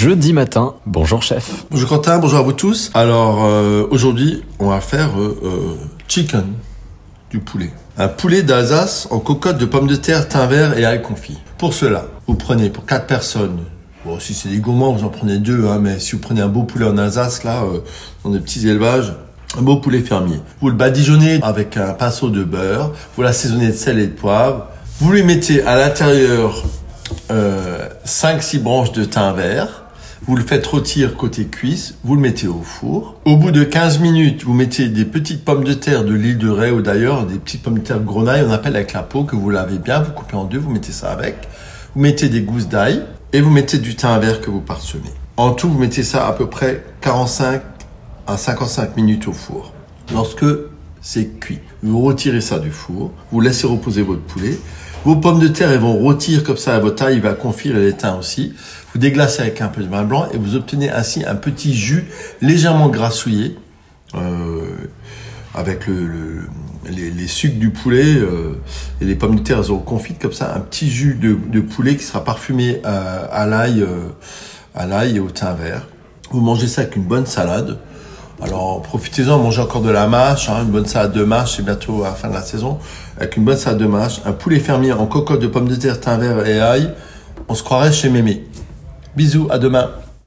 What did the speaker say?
jeudi matin. Bonjour chef. Bonjour Quentin, bonjour à vous tous. Alors aujourd'hui, on va faire chicken, du poulet. Un poulet d'Alsace en cocotte de pommes de terre, thym vert et ail confit. Pour cela, vous prenez pour 4 personnes, bon si c'est des gourmands, vous en prenez 2, mais si vous prenez un beau poulet en Alsace, là, dans des petits élevages, un beau poulet fermier. Vous le badigeonnez avec un pinceau de beurre, vous l'assaisonnez de sel et de poivre, vous lui mettez à l'intérieur 5-6 branches de thym vert, vous le faites rôtir côté cuisse, vous le mettez au four. Au bout de 15 minutes, vous mettez des petites pommes de terre de l'île de Ré ou d'ailleurs, des petites pommes de terre grenaille, on appelle avec la peau, que vous lavez bien, vous coupez en deux, vous mettez ça avec. Vous mettez des gousses d'ail et vous mettez du thym vert que vous parsemez. En tout, vous mettez ça à peu près 45 à 55 minutes au four. Lorsque c'est cuit, vous retirez ça du four, vous laissez reposer votre poulet. Vos pommes de terre, elles vont rôtir comme ça à votre ail, il va confire et les thym aussi. Vous déglacez avec un peu de vin blanc et vous obtenez ainsi un petit jus légèrement grassouillé avec les sucs du poulet et les pommes de terre, elles seront confites comme ça, un petit jus de poulet qui sera parfumé à l'ail et au thym vert. Vous mangez ça avec une bonne salade. Alors profitez-en, mangez encore de la mâche, une bonne salade de mâche, c'est bientôt à la fin de la saison, avec une bonne salade de mâche, un poulet fermier en cocotte de pommes de terre, thym vert et ail, on se croirait chez Mémé. Bisous, à demain.